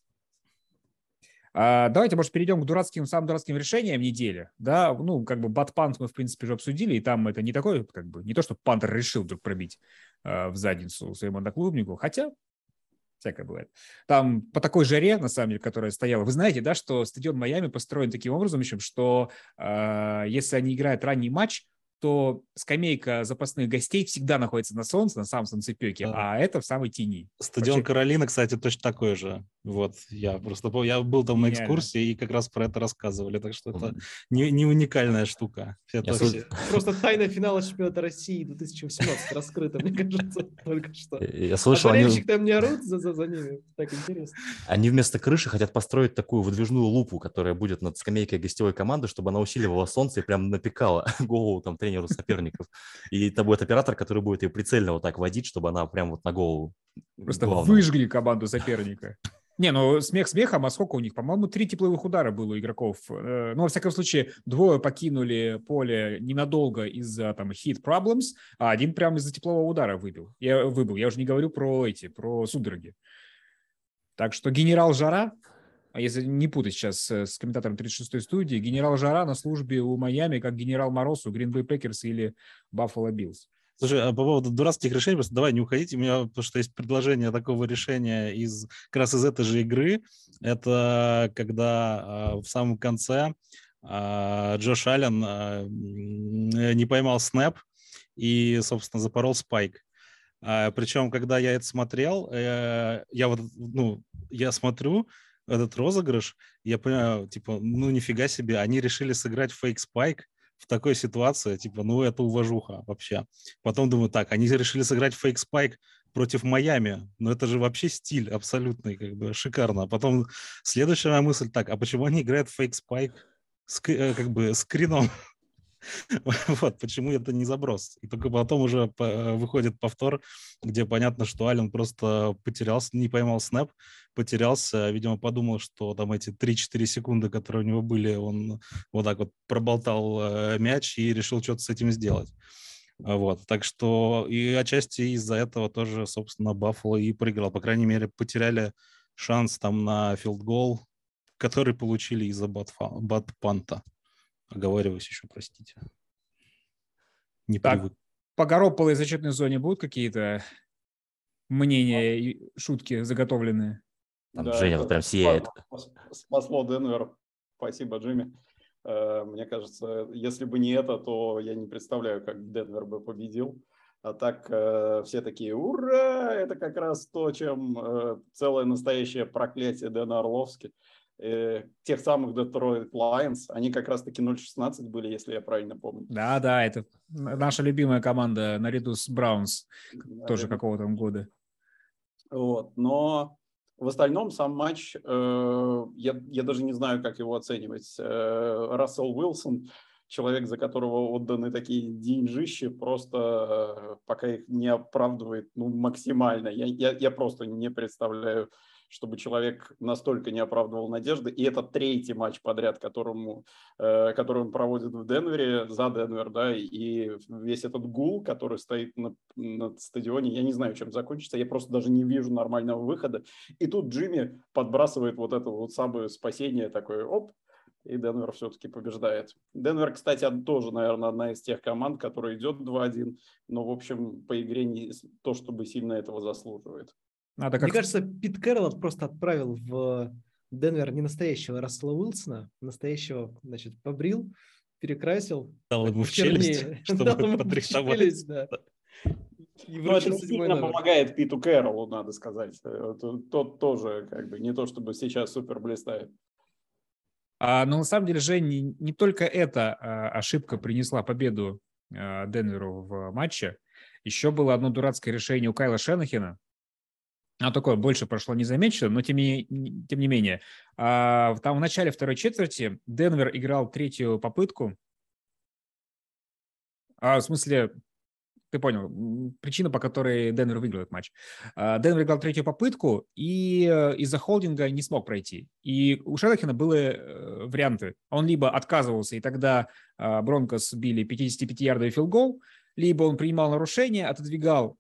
А, давайте, может, перейдем к дурацким, самым дурацким решениям недели. Да, ну, как бы бат-пант мы, в принципе, уже обсудили, и там это не такой, как бы, не то, что пантер решил вдруг пробить э, в задницу своему одноклубнику, хотя всякое бывает. Там по такой жаре, на самом деле, которая стояла. Вы знаете, да, что стадион Майами построен таким образом еще, что э, если они играют ранний матч, то скамейка запасных гостей всегда находится на солнце, на самом солнцепеке, да. А это в самой тени. Стадион Вообще... Каролина, кстати, точно такой же. Вот, я просто я был там Гениально. На экскурсии, и как раз про это рассказывали, так что это не, не уникальная штука. Это все... Просто тайна финала чемпионата России две тысячи восемнадцать раскрыта, мне кажется, только что. Я слышал, а болельщик они... там не орут за, за, за ними, так интересно. Они вместо крыши хотят построить такую выдвижную лупу, которая будет над скамейкой гостевой команды, чтобы она усиливала солнце и прям напекала голову там тренеру соперников. И это будет оператор, который будет ее прицельно вот так водить, чтобы она прям вот на голову. Просто главного. Выжгли команду соперника. Не, ну смех смехом, а сколько у них? По-моему, три тепловых удара было у игроков. Ну, во всяком случае, двое покинули поле ненадолго из-за там hit problems, а один прямо из-за теплового удара выбил. Я выбыл. Я уже не говорю про эти, про судороги. Так что генерал Жара, а если не путать сейчас с комментатором тридцать шестой студии, генерал Жара на службе у Майами, как генерал Мороз у Green Bay Packers или Buffalo Bills. Слушай, а по поводу дурацких решений, просто давай не уходите, у меня, потому что есть предложение такого решения из как раз из этой же игры. Это когда э, в самом конце э, Джош Аллен э, не поймал снэп и, собственно, запорол спайк. А, причем, когда я это смотрел, э, я вот, ну, я смотрю этот розыгрыш, я понимаю, типа, ну, нифига себе, они решили сыграть фейк-спайк в такой ситуации, типа, ну, это уважуха вообще. Потом думаю, так, они решили сыграть фейк-спайк против Майами, но это же вообще стиль абсолютный, как бы, шикарно. А потом следующая моя мысль, так, а почему они играют фейк-спайк с, как бы, скрином? Вот, почему это не заброс. И только потом уже выходит повтор, где понятно, что Аллен просто потерялся, не поймал снэп, потерялся, видимо, подумал, что там эти три-четыре секунды, которые у него были, он вот так вот проболтал мяч и решил что-то с этим сделать. Вот, так что и отчасти из-за этого тоже, собственно, Баффало и проиграл. По крайней мере, потеряли шанс там на филд-гол, который получили из-за бат-панта. Оговариваюсь еще, простите. Не так, привык. По Гаропполо и зачетной зоне будут какие-то мнения и шутки заготовленные? Там да, Женя прям сияет. Спасло Денвер. Спасибо, Джимми. Мне кажется, если бы не это, то я не представляю, как Денвер бы победил. А так все такие, ура! Это как раз то, чем целое настоящее проклятие Дэна Орловски. Тех самых Detroit Lions, они как раз-таки ноль шестнадцать были, если я правильно помню. Да, да, это наша любимая команда наряду с Браунс, наряду... тоже какого-то года. Вот, но в остальном сам матч, э, я, я даже не знаю, как его оценивать. Э, Рассел Уилсон, человек, за которого отданы такие деньжищи, просто э, пока их не оправдывает ну, максимально. Я, я, я просто не представляю, чтобы человек настолько не оправдывал надежды. И это третий матч подряд, которому, э, который он проводит в Денвере, за Денвер, да, и весь этот гул, который стоит на, на стадионе, я не знаю, чем закончится, я просто даже не вижу нормального выхода. И тут Джимми подбрасывает вот это вот самое спасение, такое, оп, и Денвер все-таки побеждает. Денвер, кстати, тоже, наверное, одна из тех команд, которая идет два один, но, в общем, по игре не то, чтобы сильно этого заслуживает. Надо как... Мне кажется, Пит Кэрролл просто отправил в Денвер не настоящего Рассела Уилсона, настоящего, значит, побрил, перекрасил. Дал ему в челюсть, чтобы подрихтовать. Но это не сильно помогает Питу Кэрроллу, надо сказать. Тот тоже как бы не то, чтобы сейчас супер блистает. А, но на самом деле, Жень, не, не только эта а, ошибка принесла победу а, Денверу в матче. Еще было одно дурацкое решение у Кайла Шенахена. Оно такое больше прошло незамечено, но тем не, тем не менее. А, там в начале второй четверти Денвер играл третью попытку. А, в смысле... Ты понял, причина, по которой Денвер выиграл этот матч. Денвер играл третью попытку и из-за холдинга не смог пройти. И у Шенахена были варианты. Он либо отказывался, и тогда Бронкос били пятидесятипятиярдовый филд-гол, либо он принимал нарушение, отодвигал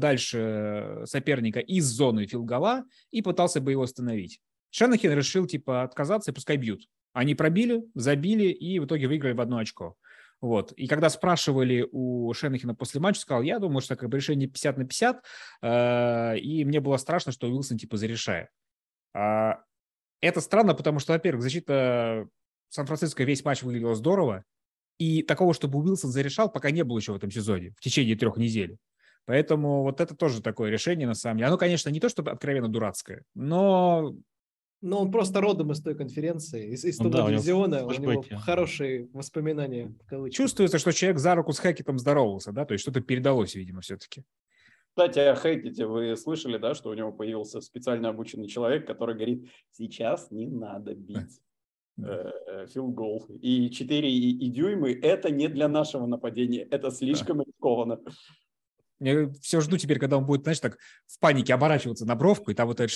дальше соперника из зоны филд-гола и пытался бы его остановить. Шенахен решил типа отказаться и пускай бьют. Они пробили, забили и в итоге выиграли в одно очко. Вот. И когда спрашивали у Шенахена после матча, сказал, я думаю, что как бы решение пятьдесят на пятьдесят, э, и мне было страшно, что Уилсон типа зарешает. А, это странно, потому что, во-первых, защита Сан-Франциско весь матч выглядела здорово, и такого, чтобы Уилсон зарешал, пока не было еще в этом сезоне, в течение трех недель. Поэтому вот это тоже такое решение, на самом деле. Оно, конечно, не то, чтобы откровенно дурацкое, но... Но он просто родом из той конференции, из, из того ну, да, дивизиона, у него, у флешбеки. него хорошие воспоминания. Чувствуется, что человек за руку с Хэкетом здоровался, да, то есть что-то передалось, видимо, все-таки. Кстати, о Хэкете вы слышали, да, что у него появился специально обученный человек, который говорит, сейчас не надо бить филд-гол. И четыре и дюймы – это не для нашего нападения, это слишком рискованно. Я все жду теперь, когда он будет, знаешь, так в панике оборачиваться на бровку, и там вот этот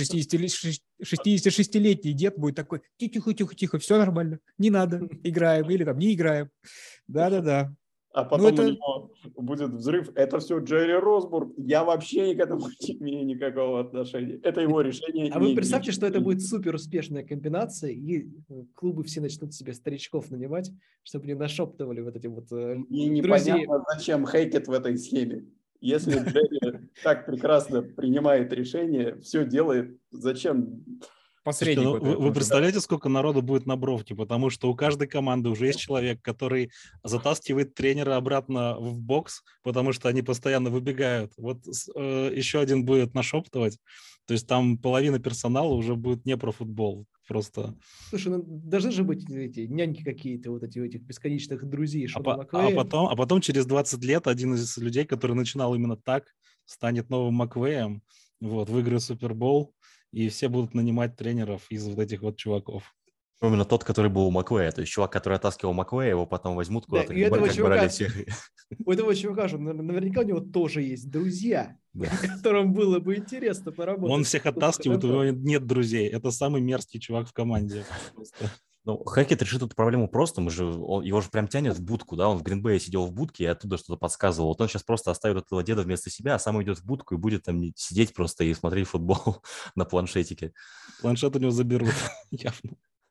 шестидесятишестилетний дед будет такой, тихо-тихо-тихо, все нормально, не надо, играем, или там не играем. Да-да-да. А потом это... у него будет взрыв. Это все Джерри Росбург. Я вообще к этому не имею никакого отношения. Это его решение. А вы представьте, что это будет супер успешная комбинация, и клубы все начнут себе старичков нанимать, чтобы не нашептывали вот эти вот Мне непонятно, зачем Хэкет в этой схеме. Если Джерри так прекрасно принимает решение, все делает, зачем... Посредник. Слушайте, ну, вы, вы представляете, сколько народу будет на бровке? Потому что у каждой команды уже есть человек, который затаскивает тренера обратно в бокс, потому что они постоянно выбегают. Вот э, еще один будет нашептывать. То есть там половина персонала уже будет не про футбол. Просто... Слушай, ну должны же быть эти няньки какие-то, вот эти у этих бесконечных друзей. А, по, а, потом, а потом через двадцать лет один из людей, который начинал именно так, станет новым Маквеем, вот, выиграет Супербол, и все будут нанимать тренеров из вот этих вот чуваков. Именно тот, который был у Маквея. То есть чувак, который оттаскивал Маквея, его потом возьмут куда-то, да, как, как чувака, брали всех. У этого чувака же наверняка у него тоже есть друзья, да. Которым было бы интересно поработать. Он всех оттаскивает, у него нет друзей. Это самый мерзкий чувак в команде. Ну, Хэкет решит эту проблему просто. Мы же, он, его же прям тянет в будку, да? Он в Грин-Бэе сидел в будке и оттуда что-то подсказывал. Вот он сейчас просто оставит этого деда вместо себя, а сам идет в будку и будет там сидеть просто и смотреть футбол на планшетике. Планшет у него заберут, явно.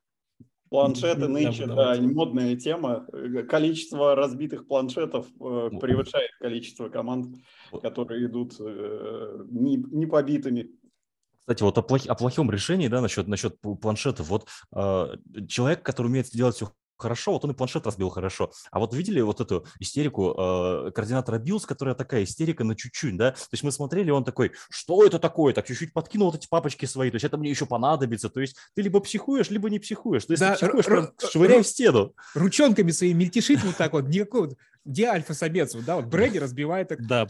Планшеты нынче, да, модная тема. Количество разбитых планшетов э, превышает количество команд, которые идут э, не, не побитыми. Кстати, вот о, плох, о плохом решении, да, насчет, насчет планшетов. Вот э, человек, который умеет делать все хорошо, вот он и планшет разбил хорошо. А вот видели вот эту истерику э, координатора Биллс, которая такая истерика на чуть-чуть, да? То есть мы смотрели, он такой, что это такое? Так чуть-чуть подкинул вот эти папочки свои, то есть это мне еще понадобится. То есть ты либо психуешь, либо не психуешь. То есть да, ты психуешь, р- прям швыряй р- в стену. Ручонками своими мельтешит вот так вот, никакой вот, где альфа-самец? Да, вот Брэди разбивает. Так... Да,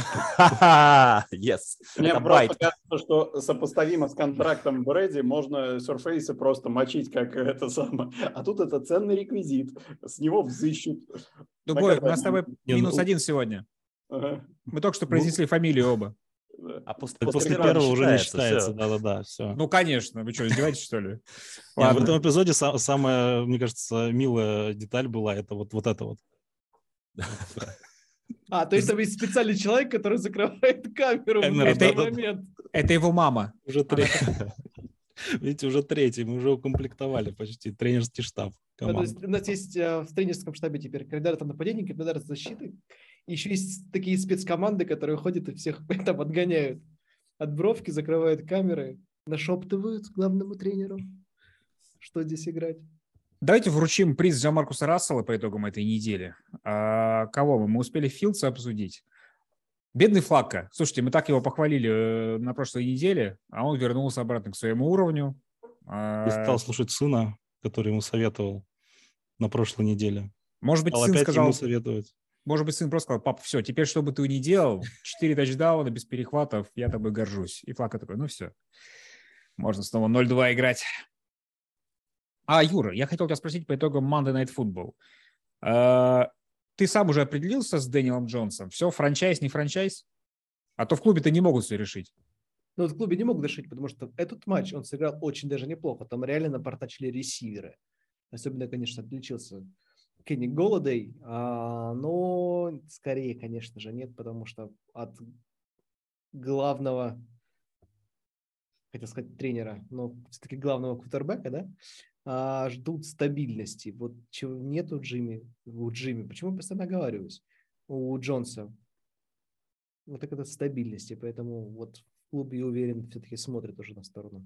yes. Мне просто кажется, что сопоставимо с контрактом Брэди можно Surface просто мочить, как это самое. А тут это ценный реквизит. С него взыщут. Дугой, у нас с тобой минус один сегодня. Ага. Мы только что произнесли фамилию оба. А после, после, после первого, первого уже не считается. Да-да-да, все. Ну, конечно. Вы что, издеваетесь, что ли? Нет, в этом эпизоде сам, самая, мне кажется, милая деталь была это вот, вот это вот. А, то есть там есть специальный человек, который закрывает камеру в этот момент. Это его мама. Уже три. Видите, уже третий, мы уже укомплектовали почти тренерский штаб А, то команды. есть у нас есть а, в тренерском штабе теперь координатор нападения, координатор защиты. И еще есть такие спецкоманды, которые ходят и всех там отгоняют. От бровки закрывают камеры, нашептывают главному тренеру, что здесь играть. Давайте вручим приз Джамаркуса Рассела по итогам этой недели. А, кого мы? Мы успели Филдса обсудить. Бедный Флакко. Слушайте, мы так его похвалили на прошлой неделе, а он вернулся обратно к своему уровню. И стал слушать сына, который ему советовал на прошлой неделе. Может быть, Стал сын опять сказал, ему советовать. Может быть, сын просто сказал: папа, все, теперь что бы ты ни делал, четыре тачдауна без перехватов, я тобой горжусь. И Флакко такой: ну все, можно снова ноль-два играть. А, Юра, я хотел тебя спросить по итогам Monday Night Football. А, ты сам уже определился с Дэниелом Джонсом? Все, франчайз, не франчайз? А то в клубе-то не могут все решить. Но вот в клубе не могут решить, потому что этот матч он сыграл очень даже неплохо. Там реально напортачили ресиверы. Особенно, конечно, отличился Кенни Голладей, а, но скорее, конечно же, нет, потому что от главного, хотел сказать тренера, но все-таки главного квотербека, да, а, ждут стабильности. Вот чего нет у Джимми, у Джимми, почему я постоянно оговариваюсь, у Джонса. Вот так это стабильности, поэтому вот в клубе, я уверен, все-таки смотрят уже на сторону.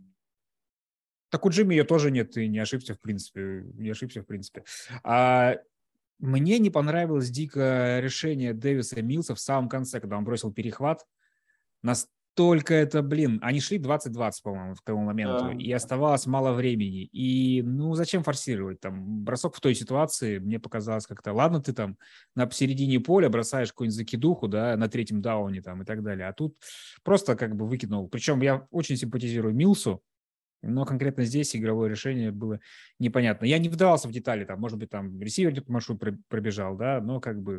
Так у Джимми ее тоже нет, и не ошибся, в принципе. Не ошибся, в принципе. А мне не понравилось дико решение Дэвиса Милса в самом конце, когда он бросил перехват. Настолько это, блин, они шли двадцать-двадцать, по-моему, к тому моменту, Да. и оставалось мало времени. И, ну, зачем форсировать? Там бросок в той ситуации мне показалось как-то, ладно, ты там на посередине поля бросаешь какую-нибудь закидуху, да, на третьем дауне там и так далее, а тут просто как бы выкинул. Причем я очень симпатизирую Милсу, но конкретно здесь игровое решение было непонятно. Я не вдавался в детали, там, может быть, там ресивер где-то маршрут пробежал, да, но как бы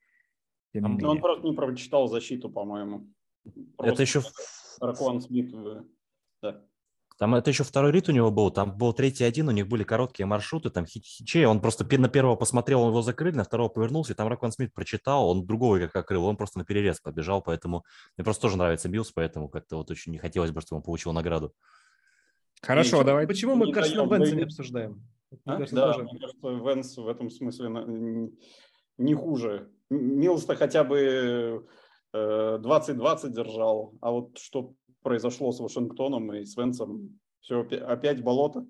тем не Там- менее. Но он просто не прочитал защиту, по-моему. Это Просто еще... Ракуан Смит, э, да. Там это еще второй рит у него был, там был третий один, у них были короткие маршруты, там хит- хичей, он просто пи- на первого посмотрел, он его закрыли, на второго повернулся, и там Ракван Смит прочитал, он другого как открыл, он просто на перерез побежал, поэтому мне просто тоже нравится Милс, поэтому как-то вот очень не хотелось бы, чтобы он получил награду. Хорошо, Ничего, давай. Почему мы не Карсона даем Венса не Дэйви- обсуждаем? Мне А? кажется, Да, тоже. мне кажется, Венс в этом смысле на- н- не хуже. М- Милс-то хотя бы э, двадцать двадцать держал, а вот что произошло с Вашингтоном и с Венсом, все опять болото.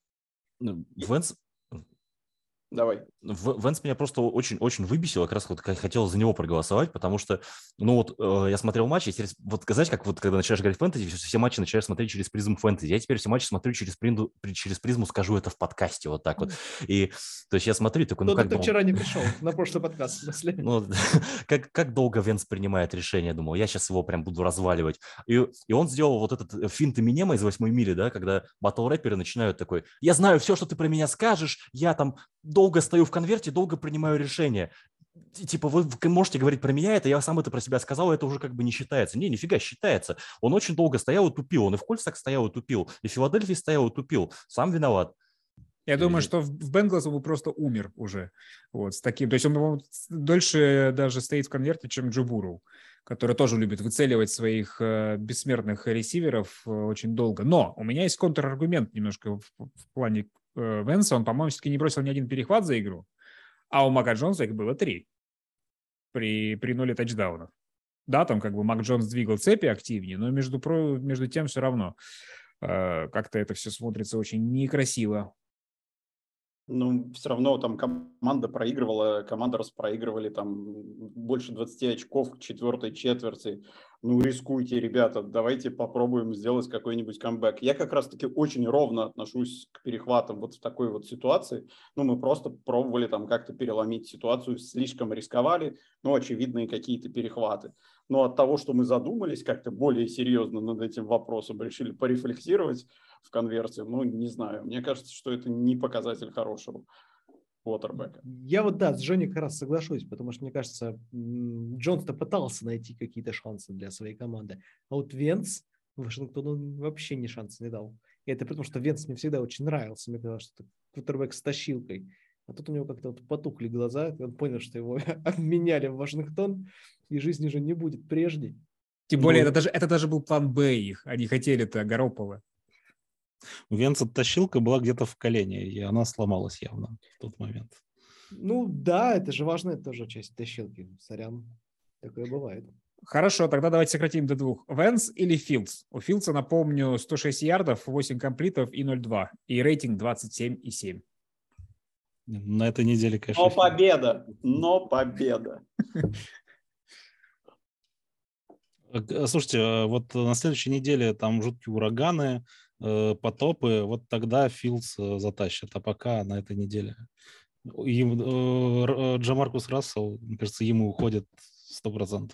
Ну, Венс, Давай. В- Венс меня просто очень-очень выбесил, я как раз вот х- хотел за него проголосовать, потому что, ну вот, э, я смотрел матчи, и теперь, вот, знаете, как вот, когда начинаешь играть в фэнтези, все, все матчи начинаешь смотреть через призму фэнтези. Я теперь все матчи смотрю через, призму, через призму, скажу это в подкасте, вот так вот. И, то есть я смотрю, и такой, ну Кто-то, как кто долго... вчера не пришел на прошлый подкаст, в смысле. Ну, как, как долго Венс принимает решение, думал, я сейчас его прям буду разваливать. И, и он сделал вот этот финт Эминема из восьмой мили, да, когда батл-рэперы начинают такой, я знаю все, что ты про меня скажешь, я там долго стою в конверте, долго принимаю решение. И, типа, вы, вы можете говорить про меня, это я сам это про себя сказал, это уже как бы не считается. Не, нифига считается. Он очень долго стоял и тупил, он и в Кольц так стоял и тупил, и в Филадельфии стоял и тупил. Сам виноват. Я думаю, что в в Бенглс он бы просто умер уже. Вот, с таким. То есть он, по-моему, дольше даже стоит в конверте, чем Джо Бурроу, который тоже любит выцеливать своих э, бессмертных ресиверов э, очень долго. Но у меня есть контраргумент немножко в, в плане э, Венса. Он, по-моему, все-таки не бросил ни один перехват за игру, а у Мака Джонса их было три при, при ноле тачдаунов. Да, там как бы Мак Джонс двигал цепи активнее, но между, про, между тем все равно э, как-то это все смотрится очень некрасиво. Ну, все равно там команда проигрывала, команда распроигрывали там больше двадцати очков к четвертой четверти. Ну, рискуйте, ребята, давайте попробуем сделать какой-нибудь камбэк. Я как раз-таки очень ровно отношусь к перехватам вот в такой вот ситуации. Ну, мы просто пробовали там как-то переломить ситуацию, слишком рисковали, но очевидные какие-то перехваты. Но от того, что мы задумались как-то более серьезно над этим вопросом, решили порефлексировать в конверсии, ну, не знаю. Мне кажется, что это не показатель хорошего квотербека. Я вот, да, с Женей как раз соглашусь, потому что, мне кажется, м, Джонс-то пытался найти какие-то шансы для своей команды. А вот Венс Вашингтону вообще ни шанса не дал. И это потому, что Венс мне всегда очень нравился. Мне казалось, что это квотербек с тащилкой. А тут у него как-то вот потухли глаза, и он понял, что его обменяли в Вашингтон, и жизнь уже не будет прежней. Тем более, Ну, это даже, это даже был план Б их. Они хотели-то Гароппола. У Венца тащилка была где-то в колене, и она сломалась явно в тот момент. Ну да, это же важная тоже часть тащилки. Сорян, такое бывает. Хорошо, тогда давайте сократим до двух. Венс или Филдс? У Филдса, напомню, сто шесть ярдов, восемь комплитов и ноль два. И рейтинг двадцать семь и семь. На этой неделе, конечно. Но победа, но победа. Слушайте, вот на следующей неделе там жуткие ураганы, потопы, вот тогда Филдс затащит, а пока на этой неделе Джамаркус Рассел, мне кажется, ему уходит сто процентов.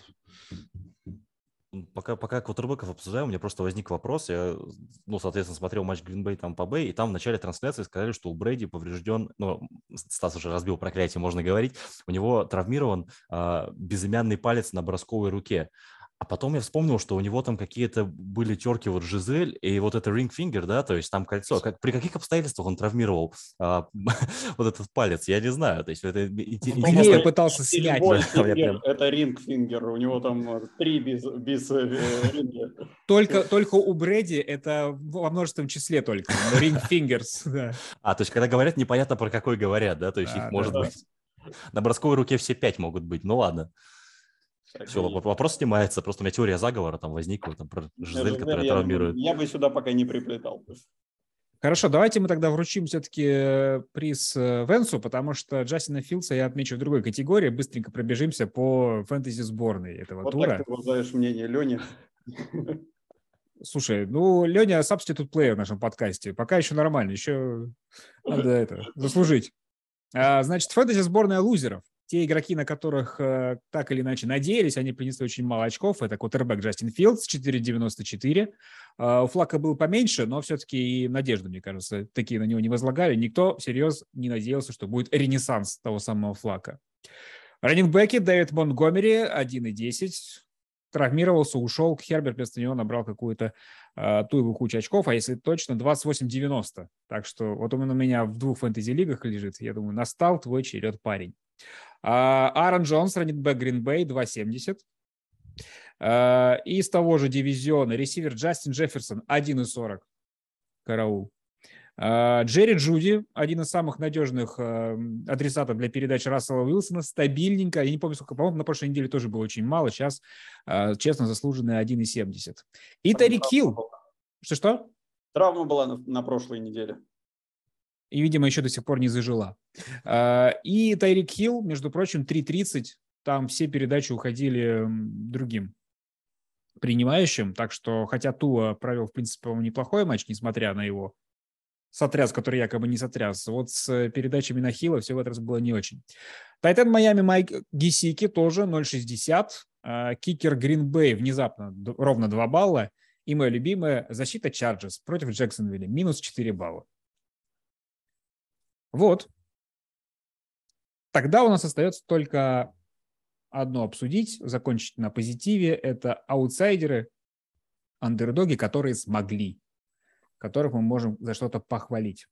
Пока, пока квотербеков обсуждаем, у меня просто возник вопрос. Я, ну, соответственно, смотрел матч Green Bay там по Бэй, и там в начале трансляции сказали, что у Брэди поврежден, ну, Стас уже разбил проклятие, можно говорить, у него травмирован а, безымянный палец на бросковой руке. А потом я вспомнил, что у него там какие-то были терки, вот Жизель и вот это ring finger, да, то есть там кольцо. Как, при каких обстоятельствах он травмировал а, вот этот палец? Я не знаю. То есть это интересно. Пытался снять. Да, фингер, это ring finger, у него там три без, без ринга. Только, только у Брэди это во множественном числе только. Ring fingers, да. А, то есть когда говорят, непонятно про какой говорят, да? То есть да, их может да. быть... На бросковой руке все пять могут быть, ну ладно. Все, вопрос снимается. Просто у меня теория заговора там возникла, там про Жизель, которая травмирует. Я бы сюда пока не приплетал. Хорошо, давайте мы тогда вручим все-таки приз Венсу, потому что Джастина Филдса я отмечу в другой категории. Быстренько пробежимся по фэнтези сборной этого вот тура. Вот так ты узнаешь мнение Лени. Слушай, ну, Леня substitute player в нашем подкасте. Пока еще нормально, еще надо это заслужить. А, значит, фэнтези сборная лузеров. Те игроки, на которых э, так или иначе надеялись, они принесли очень мало очков. Это квотербэк Джастин Филдс, четыре девяносто четыре. Э, у Флака был поменьше, но все-таки и надежды, мне кажется, такие на него не возлагали. Никто всерьез не надеялся, что будет ренессанс того самого Флака. Раннингбеки Дэвид Монтгомери, один десять. Травмировался, ушел. Херберт вместо него набрал какую-то э, туевую кучу очков, а если точно, двадцать восемь девяносто. Так что вот он у меня в двух фэнтези-лигах лежит. Я думаю, настал твой черед, парень. Аарон Джонс, раннинбэк Green Bay, два семьдесят. И из того же дивизиона ресивер Джастин Джефферсон, один сорок. Караул. Джерри Джуди, один из самых надежных адресатов для передач Рассела Уилсона, стабильненько. Я не помню, сколько, по-моему, на прошлой неделе тоже было очень мало. Сейчас, честно, заслуженный один семьдесят. И Тайрик Хилл. Что-что? Травма была на, на прошлой неделе. И, видимо, еще до сих пор не зажила. И Тайрик Хилл, между прочим, три тридцать. Там все передачи уходили другим принимающим. Так что, хотя Туа провел, в принципе, по-моему, неплохой матч, несмотря на его сотряс, который якобы не сотряс. Вот с передачами на Хилла все в этот раз было не очень. Тайтен Майами Майк Гесики тоже ноль шестьдесят. Кикер Грин Бэй внезапно ровно два балла. И моя любимая защита Чарджерс против Джексонвилля. Минус четыре балла. Вот. Тогда у нас остается только одно обсудить, закончить на позитиве. Это аутсайдеры, андердоги, которые смогли, которых мы можем за что-то похвалить.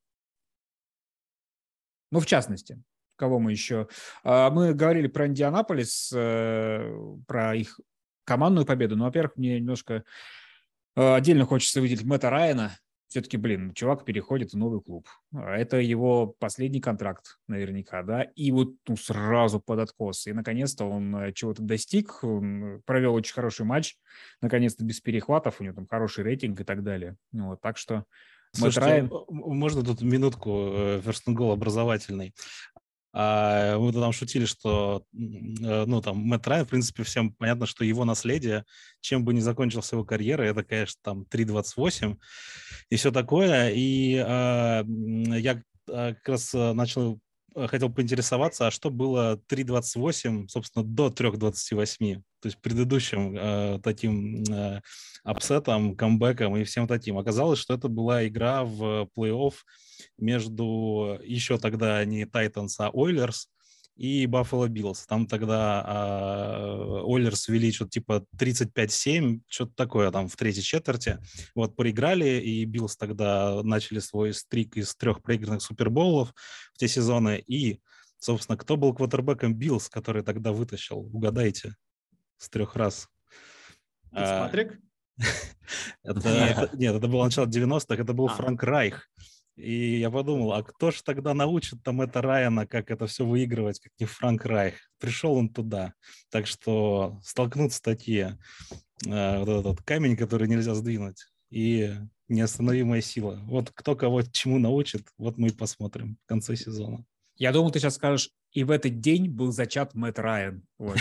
Ну, в частности, кого мы еще? Мы говорили про Индианаполис, про их командную победу. Но, во-первых, мне немножко отдельно хочется выделить Мэтта Райана. Все-таки, блин, чувак переходит в новый клуб. Это его последний контракт наверняка, да, и вот ну, сразу под откос. И, наконец-то, он чего-то достиг, он провел очень хороший матч, наконец-то без перехватов, у него там хороший рейтинг и так далее. Вот, так что Слушайте, Райан... можно тут минутку first and goal образовательный? А мы там шутили, что ну, там, Мэтт Райан, в принципе, всем понятно, что его наследие, чем бы ни закончилась его карьера, это, конечно, там три двадцать восемь и все такое. И э, я как раз начал, хотел поинтересоваться, а что было три двадцать восемь, собственно, до три двадцать восемь, то есть предыдущим э, таким э, апсетом, камбэком и всем таким. Оказалось, что это была игра в плей-офф между еще тогда не Titans, а Oilers и Buffalo Bills. Там тогда Oilers вели что-то типа тридцать пять семь, что-то такое там в третьей четверти. Вот, проиграли, и Bills тогда начали свой стрик из трех проигранных супербоулов в те сезоны. И, собственно, кто был квотербеком Bills, который тогда вытащил? Угадайте. С трех раз. Фицпатрик? Это, это, нет, это было начало девяностых, это был А. Франк Райх. И я подумал, а кто же тогда научит там это Райана, как это все выигрывать, как не Франк Райх? Пришел он туда. Так что столкнуться такие, э, вот этот камень, который нельзя сдвинуть, и неостановимая сила. Вот кто кого чему научит, вот мы и посмотрим в конце сезона. Я думал, ты сейчас скажешь, и в этот день был зачат Мэтт Райан. Вот,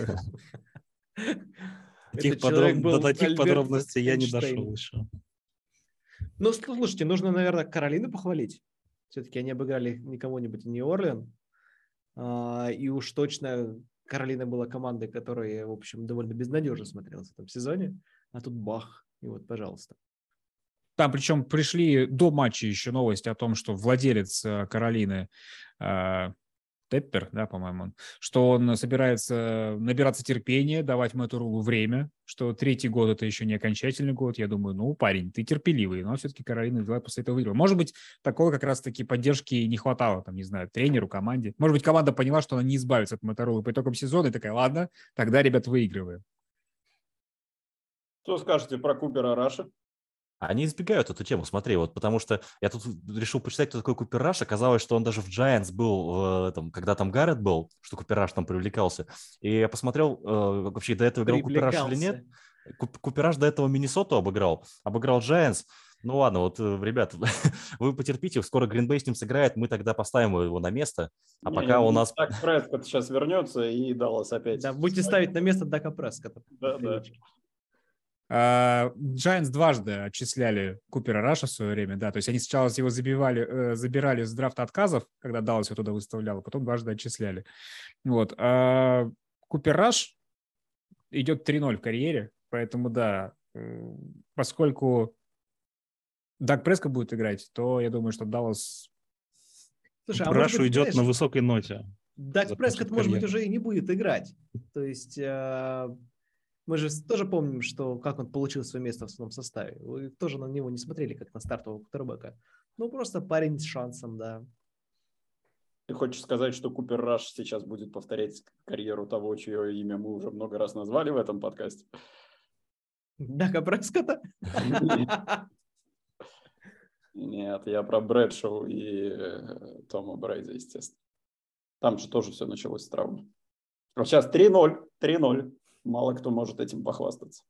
Таких подроб... До таких подробностей я не дошел еще. Ну, слушайте, нужно, наверное, Каролину похвалить. Все-таки они обыграли не кого-нибудь, не Орлеан. А, и уж точно Каролина была командой, которая, в общем, довольно безнадежно смотрелась в этом сезоне. А тут бах, и вот, пожалуйста. Там, причем, пришли до матча еще новости о том, что владелец Каролины Теппер, да, по-моему, что он собирается набираться терпения, давать Мэтту Рулу время, что третий год – это еще не окончательный год. Я думаю, ну, парень, ты терпеливый, но все-таки Каролина взяла после этого выиграла. Может быть, такой как раз-таки поддержки не хватало, там, не знаю, тренеру, команде. Может быть, команда поняла, что она не избавится от Мэтта Рулы по итогам сезона и такая, ладно, тогда, ребят, выигрываем. Что скажете про Купера Раша? Они избегают эту тему, смотри, вот потому что я тут решил почитать, кто такой Купер Раш, оказалось, что он даже в Giants был, в этом, когда там Гаррет был, что Купер Раш там привлекался, и я посмотрел, э, вообще до этого играл Купер Раш или нет. Купер Раш до этого Миннесоту обыграл, обыграл Giants. Ну ладно, вот, ребят, вы потерпите, скоро Green Bay с ним сыграет, мы тогда поставим его на место, а не, пока не, у нас... Так Прескотт сейчас вернется и Даллас опять. Да, будете ставить на место Дака Прескотта. Да, да. Giants дважды отчисляли Купера Раша в свое время, да, то есть они сначала его забивали, э, забирали с драфта отказов, когда Даллас его туда выставлял, а потом дважды отчисляли. Вот. А Купер Раш идет три ноль в карьере, поэтому, да, э, поскольку Даг Прескотт будет играть, то я думаю, что Даллас... Слушай, Купер а Раш может быть, уйдет знаешь, на высокой ноте. Даг Прескотт, может быть, уже и не будет играть. То есть... Э- Мы же тоже помним, что как он получил свое место в основном составе. Вы тоже на него не смотрели, как на стартового квотербека. Ну, просто парень с шансом, да. Ты хочешь сказать, что Купер Раш сейчас будет повторять карьеру того, чье имя мы уже много раз назвали в этом подкасте? Дака Прескотта? Нет, я про Брэдшоу и Тома Брейда, естественно. Там же тоже все началось с травмы. А сейчас три ноль. три ноль. Мало кто может этим похвастаться.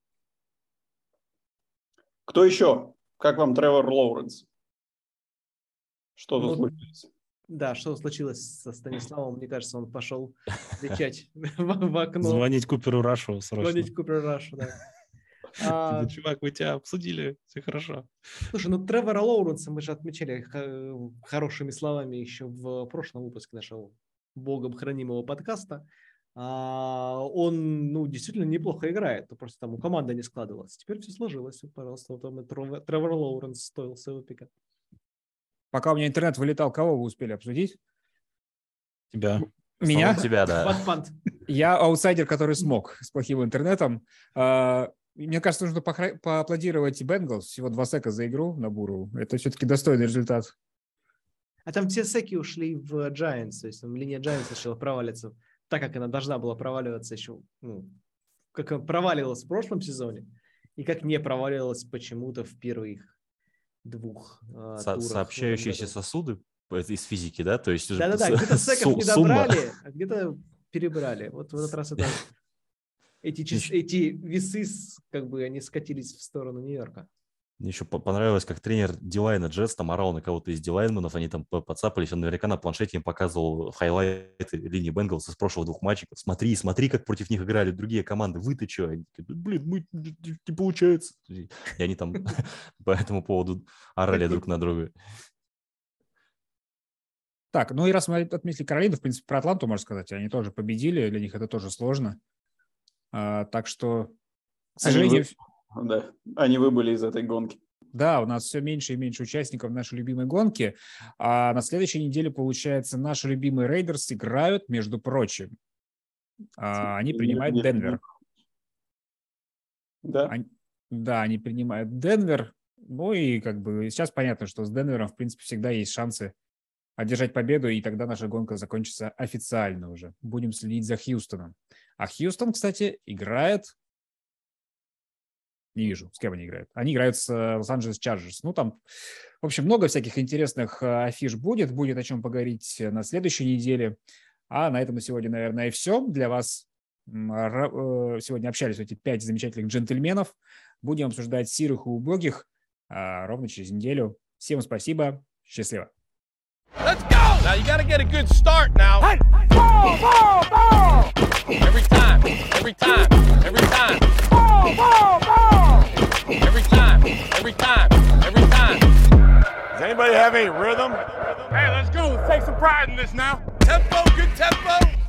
Кто еще? Как вам Тревор Лоуренс? Что тут Ну, случилось? Да, что случилось со Станиславом? Мне кажется, он пошел кричать в окно. Звонить Куперу Рашу срочно. Звонить Куперу Рашу, да. А, Чувак, мы тебя обсудили, все хорошо. Слушай, ну Тревора Лоуренса мы же отмечали хорошими словами еще в прошлом выпуске нашего богом хранимого подкаста. А, он, ну, действительно неплохо играет, то просто там у команды не складывалось. Теперь все сложилось. Пожалуйста, вот он, Тревор Лоуренс стоил своего пика. Пока у меня интернет вылетал, кого вы успели обсудить? Тебя. Меня? Тебя, да. Я аутсайдер, который смог с плохим интернетом. Мне кажется, нужно поаплодировать Бенгалс. Всего два сека за игру на Буру. Это все-таки достойный результат. А там все секи ушли в Giants. То есть там линия Giants начала проваливаться так, как она должна была проваливаться еще, ну, как она проваливалась в прошлом сезоне и как не проваливалась почему-то в первых двух э, Со- турах. Сообщающиеся сосуды из физики, да? То есть Да-да-да, где-то секов не добрали, а где-то перебрали. Вот в этот раз это эти, чис... эти весы, как бы, они скатились в сторону Нью-Йорка. Мне еще понравилось, как тренер Дилайна Джетс там орал на кого-то из дилайнменов, они там подцапались, он наверняка на планшете им показывал хайлайты линии Бенгалс из прошлых двух матчей. Смотри, смотри, как против них играли другие команды, вы-то что? Они такие, блин, мы не получается. И они там по этому поводу орали друг на друга. Так, ну и раз мы отметили Каролину, в принципе, про Атланту, можно сказать, они тоже победили, для них это тоже сложно. А, так что, к сожалению... Они, вы... да, они выбыли из этой гонки. Да, у нас все меньше и меньше участников нашей любимой гонки. А на следующей неделе, получается, наши любимые Рейдерс играют, между прочим. А, они принимают нет, Денвер. Нет. Да? Они, да, они принимают Денвер. Ну и как бы сейчас понятно, что с Денвером, в принципе, всегда есть шансы одержать победу, и тогда наша гонка закончится официально уже. Будем следить за Хьюстоном. А Хьюстон, кстати, играет Не вижу, с кем они играют. Они играют с Лос-Анджелес Чарджерс. Ну, там, в общем, много всяких интересных афиш будет. Будет о чем поговорить на следующей неделе. А на этом на сегодня, наверное, и все. Для вас сегодня общались эти пять замечательных джентльменов. Будем обсуждать сирых и убогих ровно через неделю. Всем спасибо. Счастливо. Let's go! Now you gotta get a good start now. Hey, ball, ball, ball! Every time, every time, every time. Ball, ball, ball! Every time, every time, every time. Does anybody have any rhythm? Hey, let's go. Let's take some pride in this now. Tempo, good tempo.